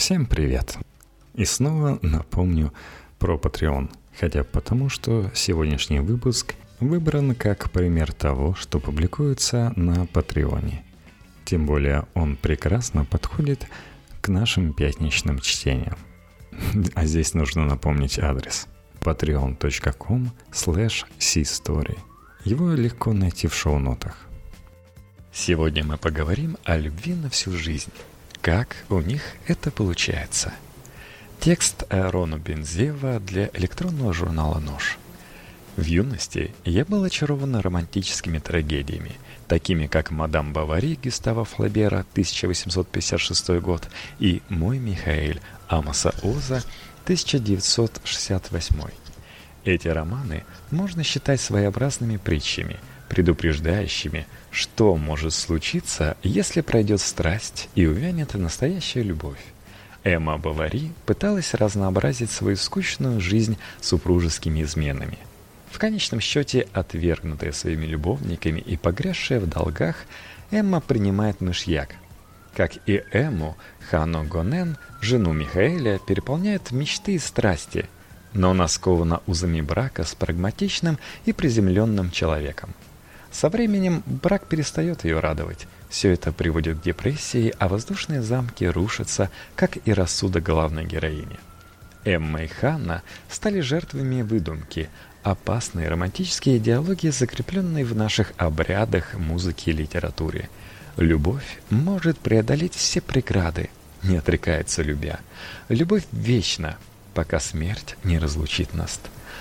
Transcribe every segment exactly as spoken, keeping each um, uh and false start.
Всем привет! И снова напомню про Patreon, хотя потому, что сегодняшний выпуск выбран как пример того, что публикуется на Патреоне. Тем более он прекрасно подходит к нашим пятничным чтениям. А здесь нужно напомнить адрес patreon.com slash c-story. Его легко найти в шоу-нотах. Сегодня мы поговорим о любви на всю жизнь. Как у них это получается? Текст Рона Бензеева для электронного журнала «Нож». В юности я был очарован романтическими трагедиями, такими как «Мадам Бовари» Гюстава Флобера, тысяча восемьсот пятьдесят шестой год, и «Мой Михаэль» Амоса Оза, тысяча девятьсот шестьдесят восьмой. Эти романы можно считать своеобразными притчами, предупреждающими, что может случиться, если пройдет страсть и увянет настоящая любовь. Эмма Бовари пыталась разнообразить свою скучную жизнь супружескими изменами. В конечном счете, отвергнутая своими любовниками и погрязшая в долгах, Эмма принимает мышьяк. Как и Эмму, Ханну Гонен, жену Михаэля, переполняют мечты и страсти, но она скована узами брака с прагматичным и приземленным человеком. Со временем брак перестает ее радовать. Все это приводит к депрессии, а воздушные замки рушатся, как и рассудок главной героини. Эмма и Ханна стали жертвами выдумки, опасной романтической идеологии, закрепленной в наших обрядах, музыке и литературе. Любовь может преодолеть все преграды, не отрекается любя. Любовь вечна, пока смерть не разлучит нас.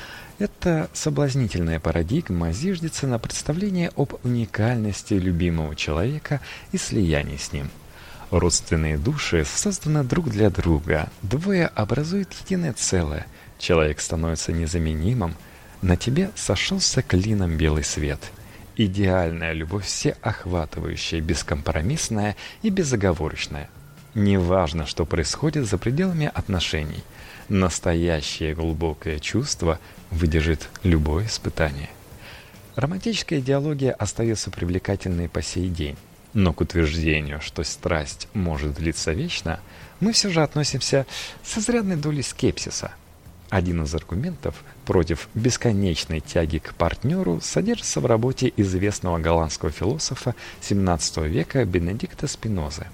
Эта соблазнительная парадигма зиждется на представлении об уникальности любимого человека и слиянии с ним. Родственные души созданы друг для друга, двое образуют единое целое, человек становится незаменимым, на тебе сошелся клином белый свет. Идеальная любовь всеохватывающая, бескомпромиссная и безоговорочная. Неважно, что происходит за пределами отношений. Настоящее глубокое чувство выдержит любое испытание. Романтическая идеология остается привлекательной по сей день, но к утверждению, что страсть может длиться вечно, мы все же относимся с изрядной долей скепсиса. Один из аргументов против бесконечной тяги к партнеру содержится в работе известного голландского философа семнадцатого века Бенедикта Спинозы.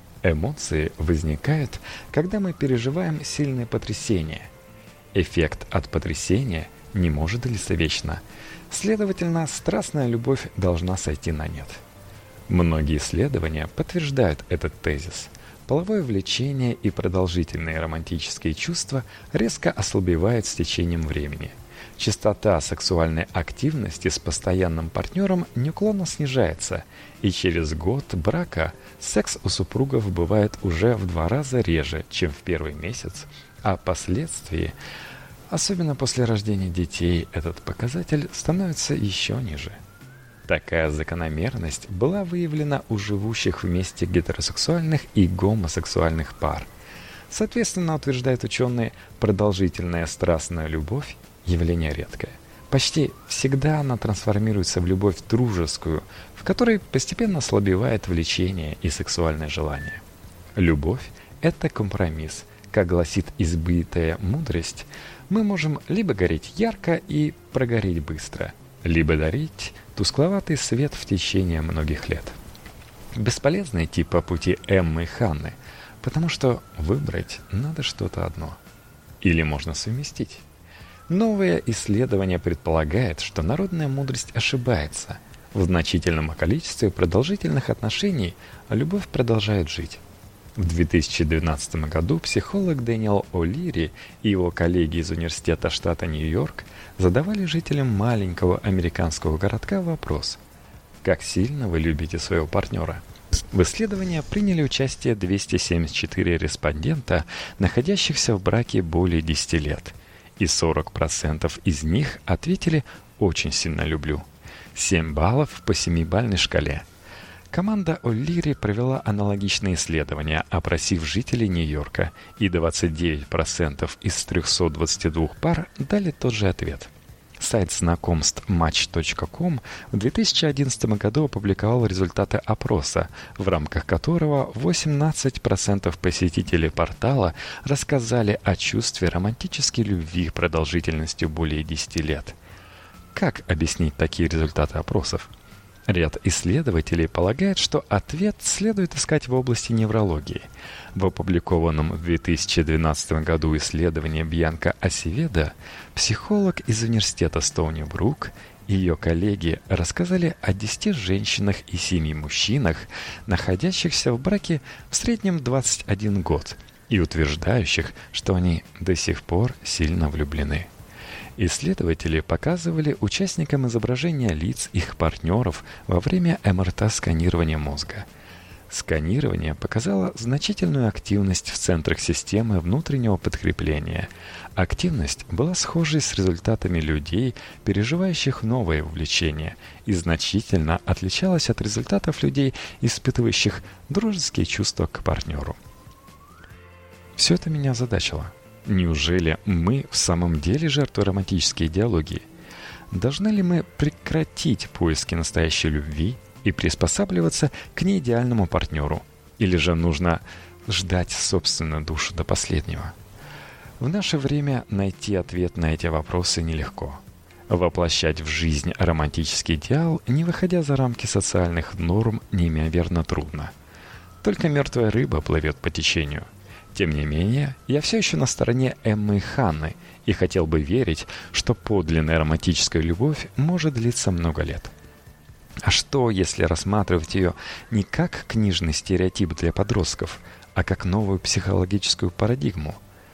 Эмоции возникают, когда мы переживаем сильное потрясение. Эффект от потрясения не может длиться вечно. Следовательно, страстная любовь должна сойти на нет. Многие исследования подтверждают этот тезис. Половое влечение и продолжительные романтические чувства резко ослабевают с течением времени. Частота сексуальной активности с постоянным партнером неуклонно снижается, и через год брака секс у супругов бывает уже в два раза реже, чем в первый месяц, а впоследствии, особенно после рождения детей, этот показатель становится еще ниже. Такая закономерность была выявлена у живущих вместе гетеросексуальных и гомосексуальных пар. Соответственно, утверждают ученые, продолжительная страстная любовь явление редкое. Почти всегда она трансформируется в любовь дружескую, в которой постепенно ослабевает влечение и сексуальное желание. Любовь – это компромисс. Как гласит избитая мудрость, мы можем либо гореть ярко и прогореть быстро, либо дарить тускловатый свет в течение многих лет. Бесполезно идти по пути Эммы и Ханны, потому что выбрать надо что-то одно. Или можно совместить. Новое исследование предполагает, что народная мудрость ошибается. В значительном количестве продолжительных отношений любовь продолжает жить. В две тысячи двенадцатом году психолог Дэниел О'Лири и его коллеги из университета штата Нью-Йорк задавали жителям маленького американского городка вопрос: «Как сильно вы любите своего партнера?» В исследовании приняли участие двести семьдесят четыре респондента, находящихся в браке более десяти лет. И сорок процентов из них ответили «очень сильно люблю». семь баллов по семибалльной шкале. Команда О'Лири провела аналогичные исследования, опросив жителей Нью-Йорка, и двадцать девять процентов из трехсот двадцати двух пар дали тот же ответ. Сайт знакомств матч точка ком в две тысячи одиннадцатом году опубликовал результаты опроса, в рамках которого восемнадцать процентов посетителей портала рассказали о чувстве романтической любви продолжительностью более десяти лет. Как объяснить такие результаты опросов? Ряд исследователей полагает, что ответ следует искать в области неврологии. В опубликованном в две тысячи двенадцатом году исследовании Бьянка Асеведо психолог из университета Стоуни Брук и ее коллеги рассказали о десяти женщинах и семи мужчинах, находящихся в браке в среднем двадцать один год, и утверждающих, что они до сих пор сильно влюблены. Исследователи показывали участникам изображения лиц их партнеров во время эм эр тэ-сканирования мозга. Сканирование показало значительную активность в центрах системы внутреннего подкрепления. Активность была схожей с результатами людей, переживающих новое увлечение, и значительно отличалась от результатов людей, испытывающих дружеские чувства к партнеру. Все это меня озадачило. Неужели мы в самом деле жертвы романтической идеологии? Должны ли мы прекратить поиски настоящей любви и приспосабливаться к неидеальному партнеру? Или же нужно ждать собственную душу до последнего? В наше время найти ответ на эти вопросы нелегко. Воплощать в жизнь романтический идеал, не выходя за рамки социальных норм, неимоверно трудно. Только мертвая рыба плывет по течению. Тем не менее, я все еще на стороне Эммы и Ханны и хотел бы верить, что подлинная романтическая любовь может длиться много лет. А что, если рассматривать ее не как книжный стереотип для подростков, а как новую психологическую парадигму?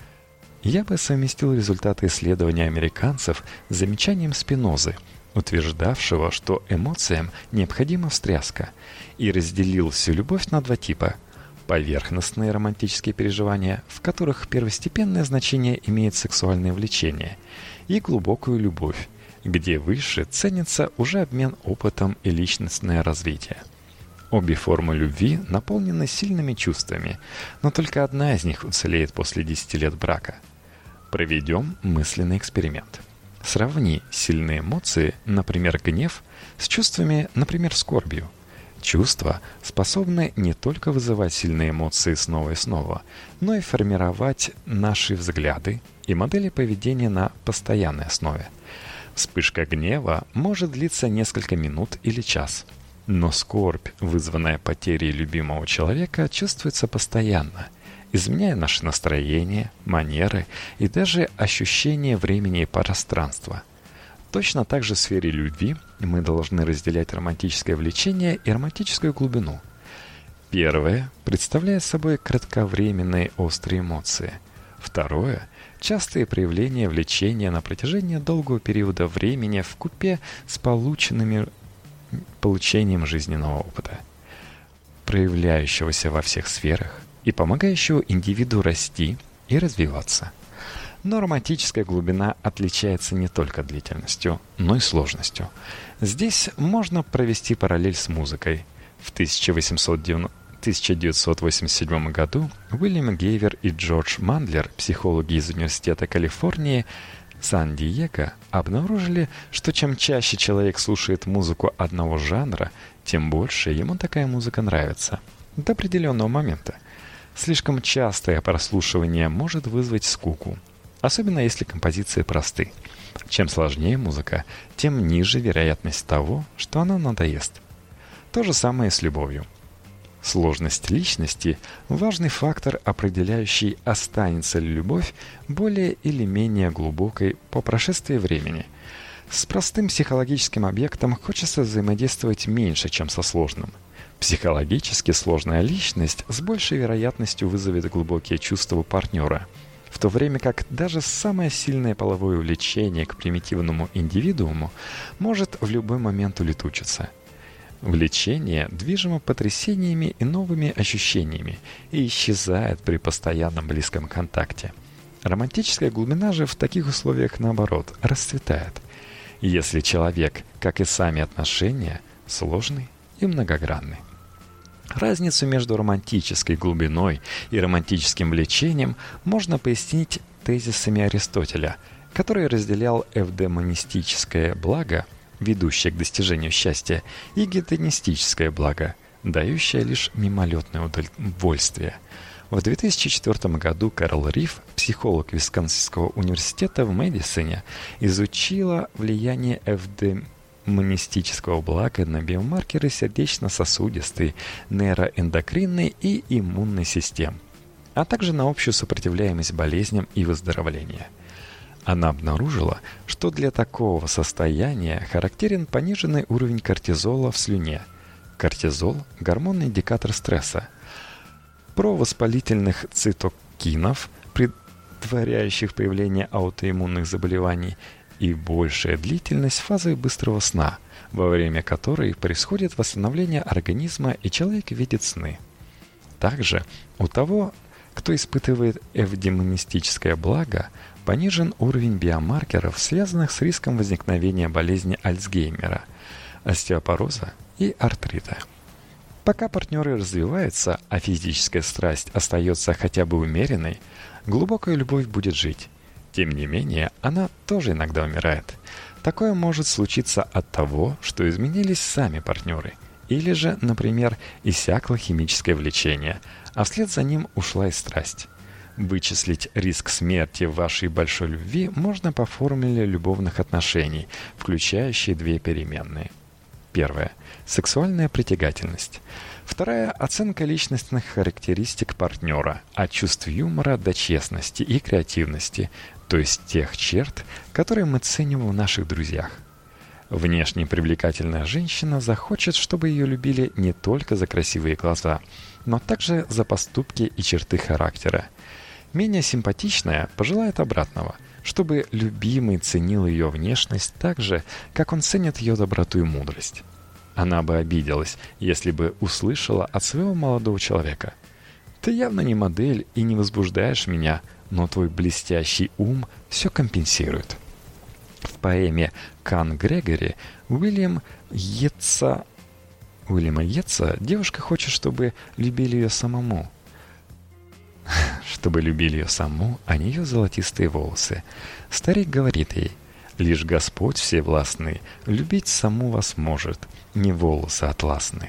Я бы совместил результаты исследования американцев с замечанием Спинозы, утверждавшего, что эмоциям необходима встряска, и разделил всю любовь на два типа – поверхностные романтические переживания, в которых первостепенное значение имеет сексуальное влечение, и глубокую любовь, где выше ценится уже обмен опытом и личностное развитие. Обе формы любви наполнены сильными чувствами, но только одна из них уцелеет после десяти лет брака. Проведем мысленный эксперимент. Сравни сильные эмоции, например, гнев, с чувствами, например, скорбью. Чувства способны не только вызывать сильные эмоции снова и снова, но и формировать наши взгляды и модели поведения на постоянной основе. Вспышка гнева может длиться несколько минут или час, но скорбь, вызванная потерей любимого человека, чувствуется постоянно, изменяя наше настроение, манеры и даже ощущение времени и пространства. Точно так же в сфере любви мы должны разделять романтическое влечение и романтическую глубину. Первое представляет собой кратковременные острые эмоции. Второе – частые проявления влечения на протяжении долгого периода времени вкупе с полученными, получением жизненного опыта, проявляющегося во всех сферах и помогающего индивиду расти и развиваться. Но романтическая глубина отличается не только длительностью, но и сложностью. Здесь можно провести параллель с музыкой. В тысяча девятьсот восемьдесят седьмом году Уильям Гейвер и Джордж Мандлер, психологи из Университета Калифорнии, Сан-Диего, обнаружили, что чем чаще человек слушает музыку одного жанра, тем больше ему такая музыка нравится. До определенного момента. Слишком частое прослушивание может вызвать скуку, особенно если композиции просты. Чем сложнее музыка, тем ниже вероятность того, что она надоест. То же самое и с любовью. Сложность личности – важный фактор, определяющий, останется ли любовь более или менее глубокой по прошествии времени. С простым психологическим объектом хочется взаимодействовать меньше, чем со сложным. Психологически сложная личность с большей вероятностью вызовет глубокие чувства у партнера, в то время как даже самое сильное половое влечение к примитивному индивидууму может в любой момент улетучиться. Влечение движимо потрясениями и новыми ощущениями и исчезает при постоянном близком контакте. Романтическая глубина же в таких условиях, наоборот, расцветает, если человек, как и сами отношения, сложный и многогранный. Разницу между романтической глубиной и романтическим влечением можно пояснить тезисами Аристотеля. который разделял эвдемонистическое благо, ведущее к достижению счастья, и гедонистическое благо, дающее лишь мимолетное удовольствие. В две тысячи четвёртом году Кэрол Риф, психолог Висконсинского университета в Мэдисоне, изучила влияние эвдемонистического блага на биомаркеры сердечно-сосудистой, нейроэндокринной и иммунной систем, а также на общую сопротивляемость болезням и выздоровление. Она обнаружила, что для такого состояния характерен пониженный уровень кортизола в слюне. Кортизол – гормонный индикатор стресса. Провоспалительных цитокинов, предваряющих появление аутоиммунных заболеваний, и большая длительность фазы быстрого сна, во время которой происходит восстановление организма и человек видит сны. Также у того, кто испытывает эвдемонистическое благо, понижен уровень биомаркеров, связанных с риском возникновения болезни Альцгеймера, остеопороза и артрита. Пока партнеры развиваются, а физическая страсть остается хотя бы умеренной, глубокая любовь будет жить. Тем не менее, она тоже иногда умирает. Такое может случиться от того, что изменились сами партнеры, или же, например, иссякло химическое влечение, а вслед за ним ушла и страсть. Вычислить риск смерти в вашей большой любви можно по формуле любовных отношений, включающей две переменные. Первая – сексуальная притягательность. Вторая – оценка личностных характеристик партнера, от чувств юмора до честности и креативности, то есть тех черт, которые мы ценим в наших друзьях. Внешне привлекательная женщина захочет, чтобы ее любили не только за красивые глаза, но также за поступки и черты характера. Менее симпатичная пожелает обратного, чтобы любимый ценил ее внешность так же, как он ценит ее доброту и мудрость. Она бы обиделась, если бы услышала от своего молодого человека: «Ты явно не модель и не возбуждаешь меня, но твой блестящий ум все компенсирует». В поэме «Кан Грегори» Уильям Йейтса, Уильяма Йейтса девушка хочет, чтобы любили ее самому. Чтобы любили ее саму, а не ее золотистые волосы. Старик говорит ей: «Лишь Господь всевластный любить саму вас может, не волосы атласны».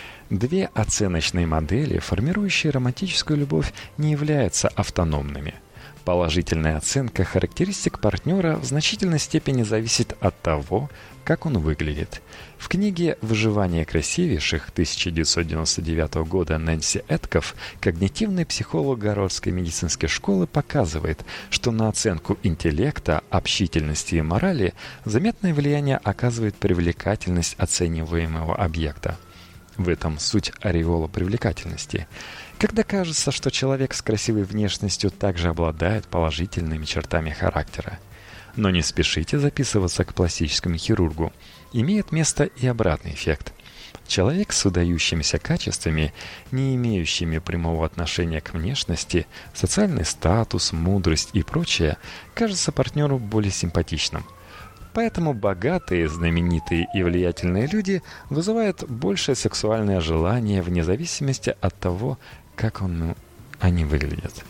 Две оценочные модели, формирующие романтическую любовь, не являются автономными. Положительная оценка характеристик партнера в значительной степени зависит от того, как он выглядит. В книге «Выживание красивейших» тысяча девятьсот девяносто девятого года Нэнси Этков, когнитивный психолог Гарвардской медицинской школы, показывает, что на оценку интеллекта, общительности и морали заметное влияние оказывает привлекательность оцениваемого объекта. В этом суть ореола привлекательности. Когда кажется, что человек с красивой внешностью также обладает положительными чертами характера. Но не спешите записываться к пластическому хирургу. Имеет место и обратный эффект. Человек с выдающимися качествами, не имеющими прямого отношения к внешности, социальный статус, мудрость и прочее, кажется партнеру более симпатичным. Поэтому богатые, знаменитые и влиятельные люди вызывают большее сексуальное желание вне зависимости от того, как он, они выглядят.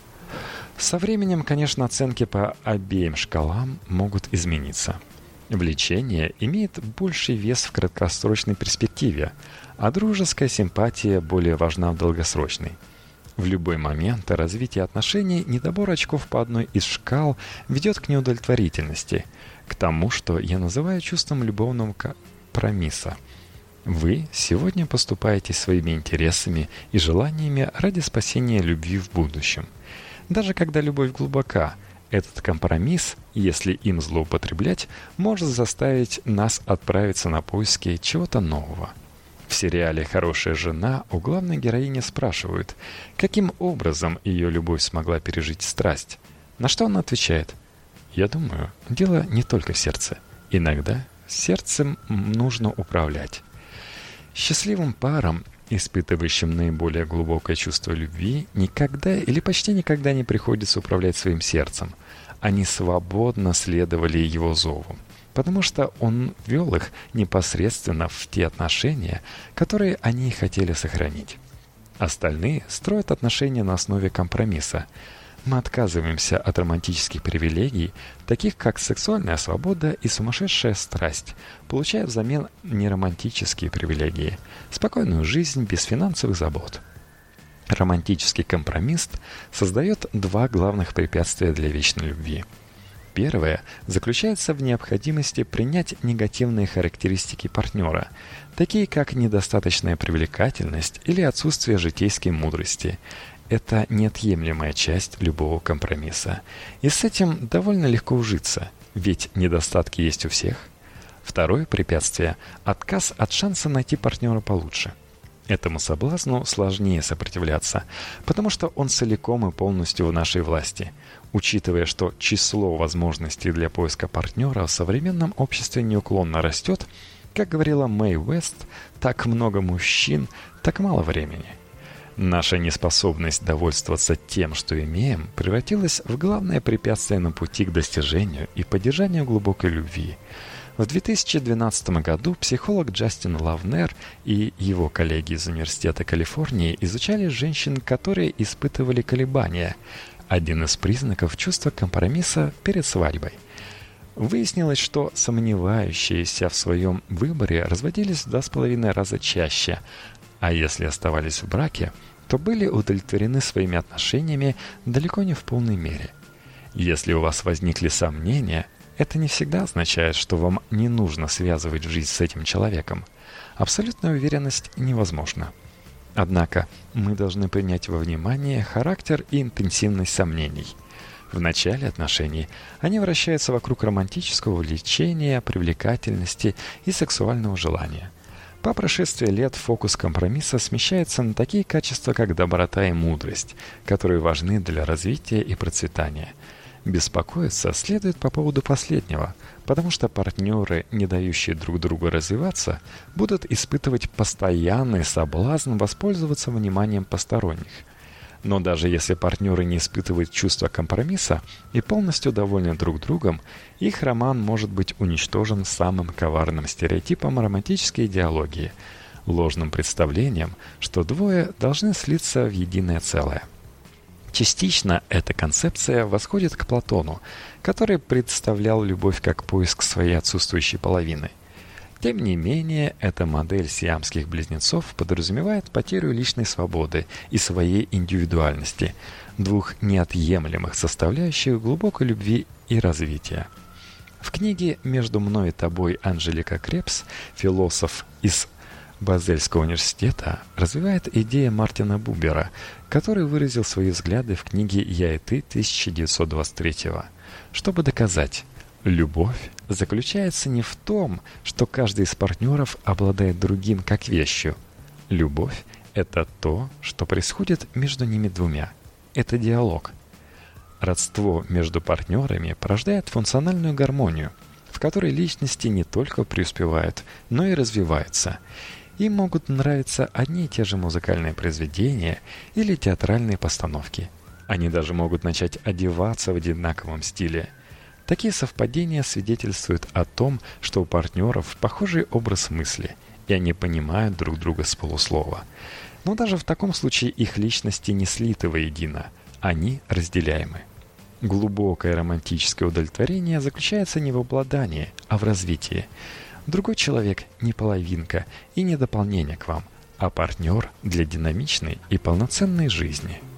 Со временем, конечно, оценки по обеим шкалам могут измениться. Влечение имеет больший вес в краткосрочной перспективе, а дружеская симпатия более важна в долгосрочной. В любой момент развития отношений недобор очков по одной из шкал ведет к неудовлетворительности, к тому, что я называю чувством любовного компромисса. Вы сегодня поступаете своими интересами и желаниями ради спасения любви в будущем. Даже когда любовь глубока, этот компромисс, если им злоупотреблять, может заставить нас отправиться на поиски чего-то нового. В сериале «Хорошая жена» у главной героини спрашивают, каким образом ее любовь смогла пережить страсть. На что она отвечает: «Я думаю, дело не только в сердце. Иногда сердцем нужно управлять». Счастливым парам, испытывающим наиболее глубокое чувство любви, никогда или почти никогда не приходится управлять своим сердцем. Они свободно следовали его зову, потому что он вел их непосредственно в те отношения, которые они хотели сохранить. Остальные строят отношения на основе компромисса. мы отказываемся от романтических привилегий, таких как сексуальная свобода и сумасшедшая страсть, получая взамен неромантические привилегии, спокойную жизнь без финансовых забот. Романтический компромисс создает два главных препятствия для вечной любви. Первое заключается в необходимости принять негативные характеристики партнера, такие как недостаточная привлекательность или отсутствие житейской мудрости. Это неотъемлемая часть любого компромисса. И с этим довольно легко ужиться, ведь недостатки есть у всех. Второе препятствие – отказ от шанса найти партнера получше. Этому соблазну сложнее сопротивляться, потому что он целиком и полностью в нашей власти. Учитывая, что число возможностей для поиска партнера в современном обществе неуклонно растет, как говорила Мэй Уэст, так много мужчин, так мало времени. Наша неспособность довольствоваться тем, что имеем, превратилась в главное препятствие на пути к достижению и поддержанию глубокой любви. В две тысячи двенадцатом году психолог Джастин Лавнер и его коллеги из Университета Калифорнии изучали женщин, которые испытывали колебания, один из признаков чувства компромисса перед свадьбой. Выяснилось, что сомневающиеся в своем выборе разводились в два с половиной раза чаще, а если оставались в браке, то были удовлетворены своими отношениями далеко не в полной мере. Если у вас возникли сомнения, это не всегда означает, что вам не нужно связывать жизнь с этим человеком. Абсолютная уверенность невозможна. Однако мы должны принять во внимание характер и интенсивность сомнений. В начале отношений они вращаются вокруг романтического влечения, привлекательности и сексуального желания. По прошествии лет фокус компромисса смещается на такие качества, как доброта и мудрость, которые важны для развития и процветания. Беспокоиться следует по поводу последнего, потому что партнеры, не дающие друг другу развиваться, будут испытывать постоянный соблазн воспользоваться вниманием посторонних. Но даже если партнеры не испытывают чувства компромисса и полностью довольны друг другом, их роман может быть уничтожен самым коварным стереотипом романтической идеологии – ложным представлением, что двое должны слиться в единое целое. Частично эта концепция восходит к Платону, который представлял любовь как поиск своей отсутствующей половины. Тем не менее, эта модель сиамских близнецов подразумевает потерю личной свободы и своей индивидуальности, двух неотъемлемых составляющих глубокой любви и развития. В книге «Между мной и тобой» Анжелика Крепс, философ из Базельского университета, развивает идея Мартина Бубера, который выразил свои взгляды в книге «Я и ты» тысяча девятьсот двадцать третьего, чтобы доказать: любовь заключается не в том, что каждый из партнеров обладает другим как вещью. Любовь – это то, что происходит между ними двумя. Это диалог. Родство между партнерами порождает функциональную гармонию, в которой личности не только преуспевают, но и развиваются. Им могут нравиться одни и те же музыкальные произведения или театральные постановки. Они даже могут начать одеваться в одинаковом стиле. Такие совпадения свидетельствуют о том, что у партнеров похожий образ мысли, и они понимают друг друга с полуслова. Но даже в таком случае их личности не слиты воедино, они разделяемы. Глубокое романтическое удовлетворение заключается не в обладании, а в развитии. Другой человек не половинка и не дополнение к вам, а партнер для динамичной и полноценной жизни.